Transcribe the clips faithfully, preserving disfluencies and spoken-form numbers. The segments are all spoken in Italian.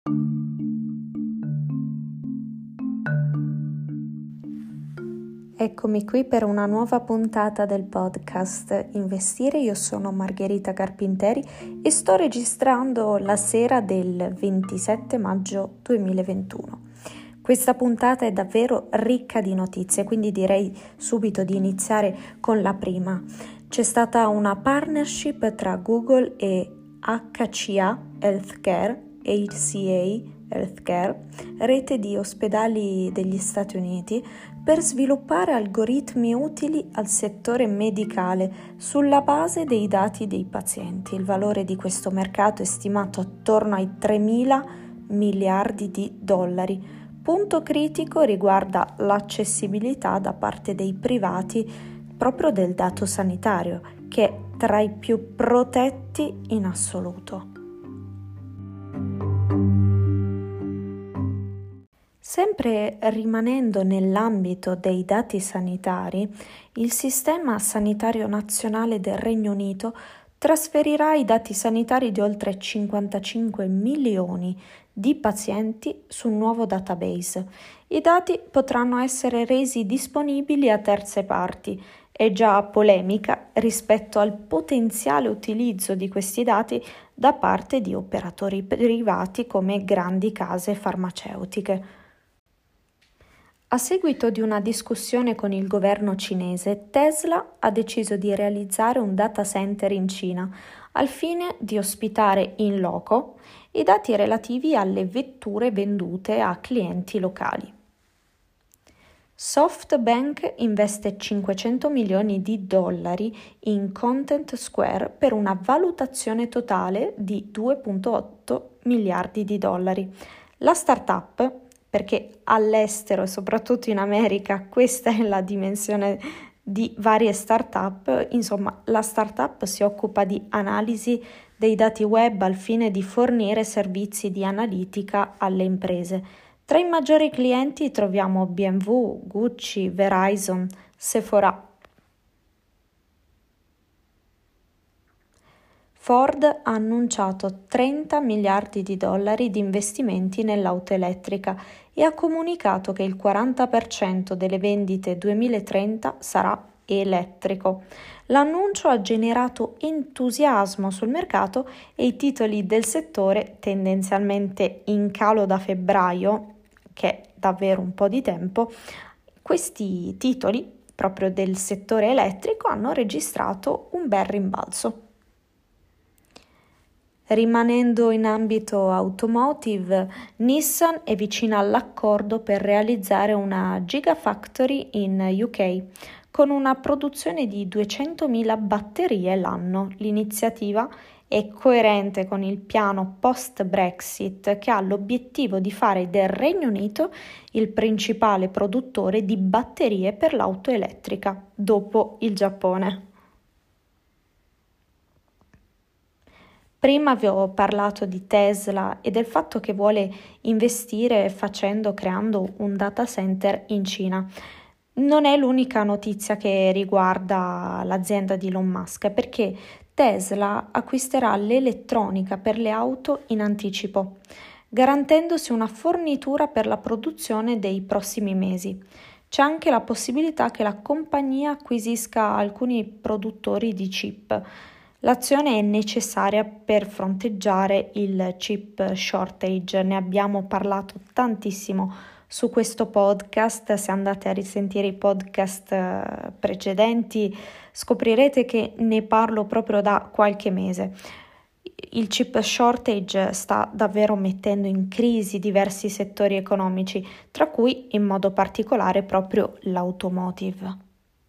Eccomi qui per una nuova puntata del podcast Investire. Io sono Margherita Carpinteri e sto registrando la sera del ventisette maggio duemilaventuno. Questa puntata è davvero ricca di notizie, quindi direi subito di iniziare con la prima. C'è stata una partnership tra Google e H C A Healthcare, H C A Healthcare, rete di ospedali degli Stati Uniti, per sviluppare algoritmi utili al settore medicale sulla base dei dati dei pazienti. Il valore di questo mercato è stimato attorno ai tremila miliardi di dollari. Punto critico riguarda l'accessibilità da parte dei privati proprio del dato sanitario, che è tra i più protetti in assoluto. Sempre rimanendo nell'ambito dei dati sanitari, il Sistema Sanitario Nazionale del Regno Unito trasferirà i dati sanitari di oltre cinquantacinque milioni di pazienti su un nuovo database. I dati potranno essere resi disponibili a terze parti. È già polemica rispetto al potenziale utilizzo di questi dati da parte di operatori privati come grandi case farmaceutiche. A seguito di una discussione con il governo cinese, Tesla ha deciso di realizzare un data center in Cina al fine di ospitare in loco i dati relativi alle vetture vendute a clienti locali. SoftBank investe cinquecento milioni di dollari in Content Square per una valutazione totale di due virgola otto miliardi di dollari. La startup, perché all'estero e soprattutto in America questa è la dimensione di varie start-up, insomma la startup si occupa di analisi dei dati web al fine di fornire servizi di analitica alle imprese. Tra i maggiori clienti troviamo B M W, Gucci, Verizon, Sephora. Ford ha annunciato trenta miliardi di dollari di investimenti nell'auto elettrica e ha comunicato che il quaranta per cento delle vendite duemilatrenta sarà elettrico. L'annuncio ha generato entusiasmo sul mercato e i titoli del settore, tendenzialmente in calo da febbraio, che è davvero un po' di tempo, questi titoli proprio del settore elettrico hanno registrato un bel rimbalzo. Rimanendo in ambito automotive, Nissan è vicina all'accordo per realizzare una Gigafactory in U K con una produzione di duecentomila batterie l'anno. L'iniziativa è coerente con il piano post-Brexit che ha l'obiettivo di fare del Regno Unito il principale produttore di batterie per l'auto elettrica, dopo il Giappone. Prima vi ho parlato di Tesla e del fatto che vuole investire facendo, creando un data center in Cina. Non è l'unica notizia che riguarda l'azienda di Elon Musk, perché Tesla acquisterà l'elettronica per le auto in anticipo, garantendosi una fornitura per la produzione dei prossimi mesi. C'è anche la possibilità che la compagnia acquisisca alcuni produttori di chip. L'azione è necessaria per fronteggiare il chip shortage, ne abbiamo parlato tantissimo su questo podcast. Se andate a risentire i podcast precedenti scoprirete che ne parlo proprio da qualche mese. Il chip shortage sta davvero mettendo in crisi diversi settori economici, tra cui in modo particolare proprio l'automotive.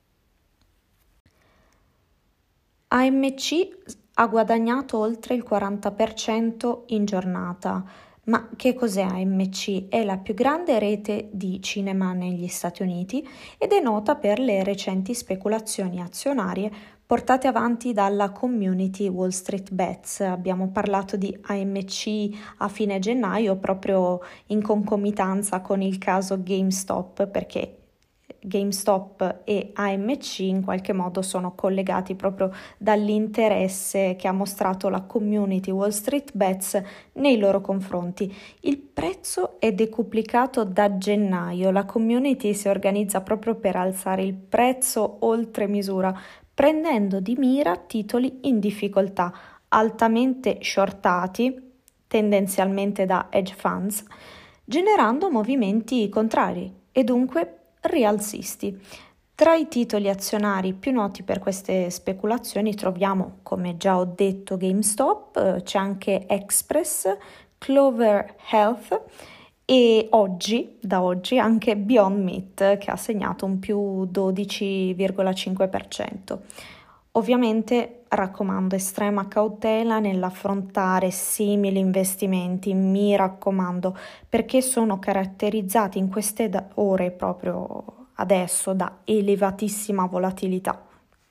A M C ha guadagnato oltre il quaranta per cento in giornata. Ma che cos'è A M C? È la più grande rete di cinema negli Stati Uniti ed è nota per le recenti speculazioni azionarie portate avanti dalla community Wall Street Bets. Abbiamo parlato di A M C a fine gennaio proprio in concomitanza con il caso GameStop, perché GameStop e A M C in qualche modo sono collegati proprio dall'interesse che ha mostrato la community Wall Street Bets nei loro confronti. Il prezzo è decuplicato da gennaio, la community si organizza proprio per alzare il prezzo oltre misura, prendendo di mira titoli in difficoltà, altamente shortati, tendenzialmente da hedge funds, generando movimenti contrari e dunque rialzisti. Tra i titoli azionari più noti per queste speculazioni troviamo, come già ho detto, GameStop, c'è anche Express, Clover Health e oggi, da oggi, anche Beyond Meat, che ha segnato un più dodici virgola cinque per cento. Ovviamente raccomando estrema cautela nell'affrontare simili investimenti, mi raccomando, perché sono caratterizzati in queste ore proprio adesso da elevatissima volatilità.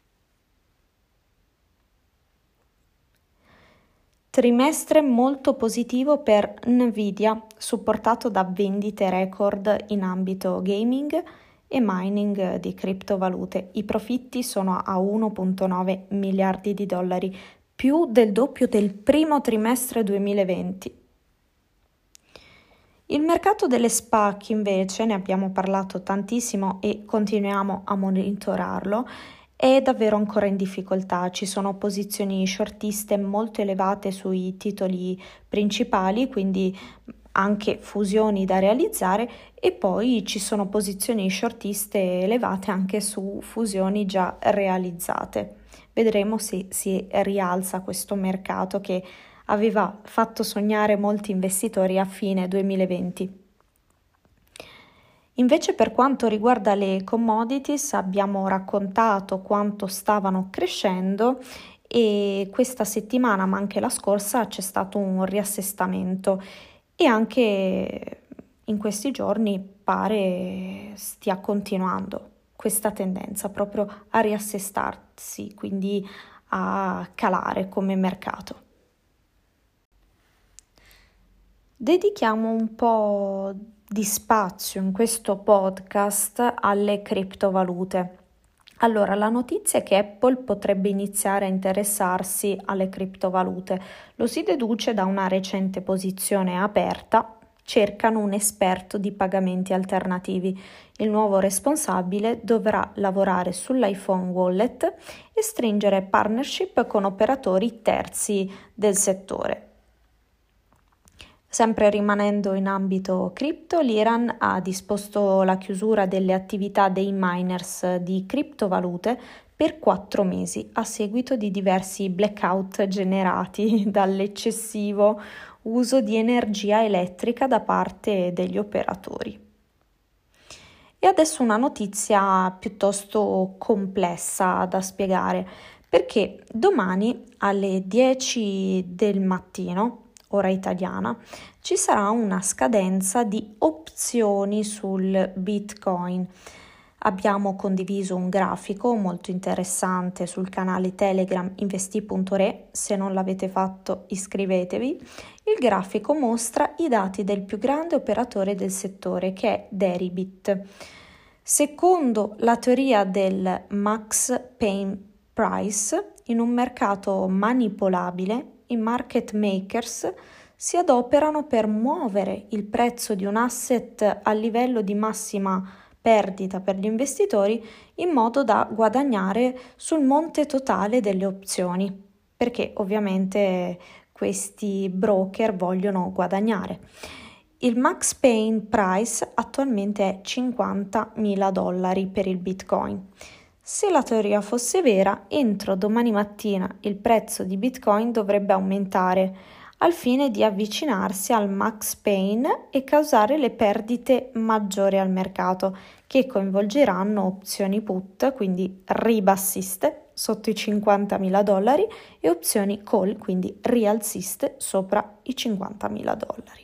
Trimestre molto positivo per Nvidia, supportato da vendite record in ambito gaming e mining di criptovalute. I profitti sono a uno virgola nove miliardi di dollari, più del doppio del primo trimestre duemilaventi. Il mercato delle SPAC invece, ne abbiamo parlato tantissimo e continuiamo a monitorarlo, è davvero ancora in difficoltà. Ci sono posizioni shortiste molto elevate sui titoli principali, quindi anche fusioni da realizzare, e poi ci sono posizioni shortiste elevate anche su fusioni già realizzate. Vedremo se si rialza questo mercato che aveva fatto sognare molti investitori a fine duemilaventi. Invece per quanto riguarda le commodities abbiamo raccontato quanto stavano crescendo e questa settimana, ma anche la scorsa, c'è stato un riassestamento e anche in questi giorni pare stia continuando questa tendenza proprio a riassestarsi, quindi a calare come mercato. Dedichiamo un po' di spazio in questo podcast alle criptovalute. Allora, la notizia è che Apple potrebbe iniziare a interessarsi alle criptovalute. Lo si deduce da una recente posizione aperta. Cercano un esperto di pagamenti alternativi. Il nuovo responsabile dovrà lavorare sull'iPhone Wallet e stringere partnership con operatori terzi del settore. Sempre rimanendo in ambito cripto, l'Iran ha disposto la chiusura delle attività dei miners di criptovalute per quattro mesi a seguito di diversi blackout generati dall'eccessivo uso di energia elettrica da parte degli operatori. E adesso una notizia piuttosto complessa da spiegare, perché domani alle dieci del mattino, ora italiana, ci sarà una scadenza di opzioni sul Bitcoin. Abbiamo condiviso un grafico molto interessante sul canale Telegram investi punto re, se non l'avete fatto iscrivetevi. Il grafico mostra i dati del più grande operatore del settore, che è Deribit. Secondo la teoria del Max Payne Price, in un mercato manipolabile, i market makers si adoperano per muovere il prezzo di un asset a livello di massima perdita per gli investitori in modo da guadagnare sul monte totale delle opzioni, perché ovviamente questi broker vogliono guadagnare. Il Max Payne Price attualmente è cinquantamila dollari per il Bitcoin. Se la teoria fosse vera, entro domani mattina il prezzo di Bitcoin dovrebbe aumentare al fine di avvicinarsi al Max Payne e causare le perdite maggiori al mercato, che coinvolgeranno opzioni put, quindi ribassiste, sotto i cinquantamila dollari, e opzioni call, quindi rialziste, sopra i cinquantamila dollari.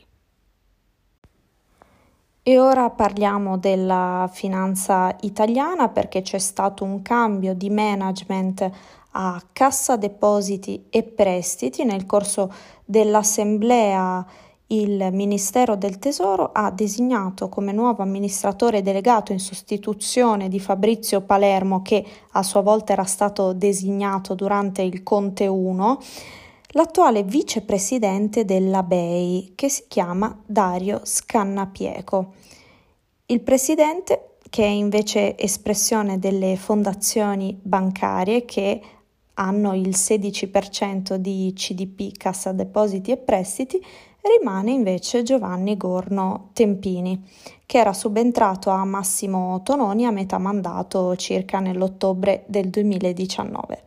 E ora parliamo della finanza italiana, perché c'è stato un cambio di management a Cassa Depositi e Prestiti nel corso dell'assemblea il Ministero del Tesoro ha designato come nuovo amministratore delegato in sostituzione di Fabrizio Palermo, che a sua volta era stato designato durante il Conte uno, l'attuale vicepresidente della B E I, che si chiama Dario Scannapieco. Il presidente, che è invece espressione delle fondazioni bancarie che hanno il sedici per cento di C D P, Cassa Depositi e Prestiti, rimane invece Giovanni Gorno Tempini, che era subentrato a Massimo Tononi a metà mandato circa nell'ottobre del duemiladiciannove.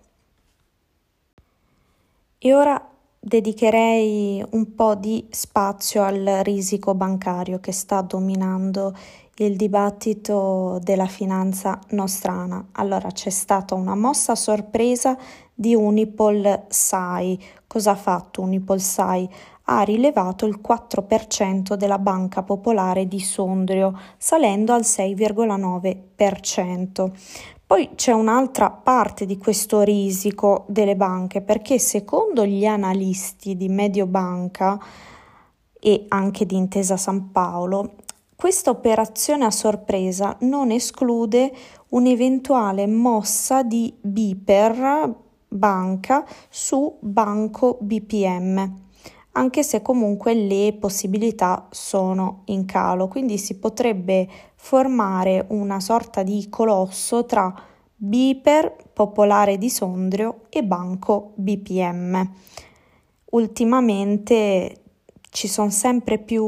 E ora dedicherei un po' di spazio al risico bancario che sta dominando il dibattito della finanza nostrana. Allora, c'è stata una mossa a sorpresa di Unipol S A I. Cosa ha fatto Unipol S A I? Ha rilevato il quattro per cento della Banca Popolare di Sondrio, salendo al sei virgola nove per cento. Poi c'è un'altra parte di questo risico delle banche, perché secondo gli analisti di Mediobanca e anche di Intesa Sanpaolo, questa operazione a sorpresa non esclude un'eventuale mossa di Biper Banca su Banco B P M, anche se comunque le possibilità sono in calo, quindi si potrebbe formare una sorta di colosso tra Biper, Popolare di Sondrio e Banco B P M. Ultimamente ci sono sempre più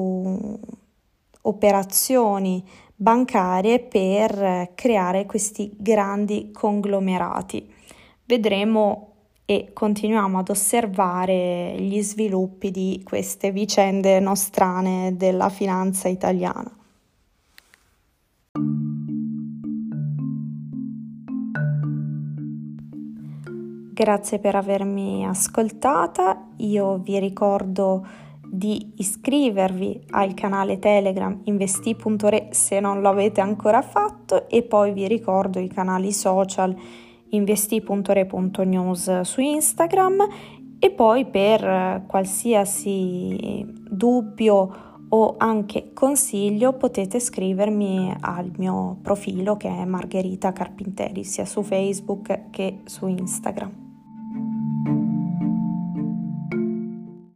operazioni bancarie per creare questi grandi conglomerati. Vedremo e continuiamo ad osservare gli sviluppi di queste vicende nostrane della finanza italiana. Grazie per avermi ascoltata, io vi ricordo di iscrivervi al canale Telegram investi punto re se non lo avete ancora fatto, e poi vi ricordo i canali social investi punto re punto news su Instagram, e poi per qualsiasi dubbio o anche consiglio potete scrivermi al mio profilo, che è Margherita Carpinteri, sia su Facebook che su Instagram.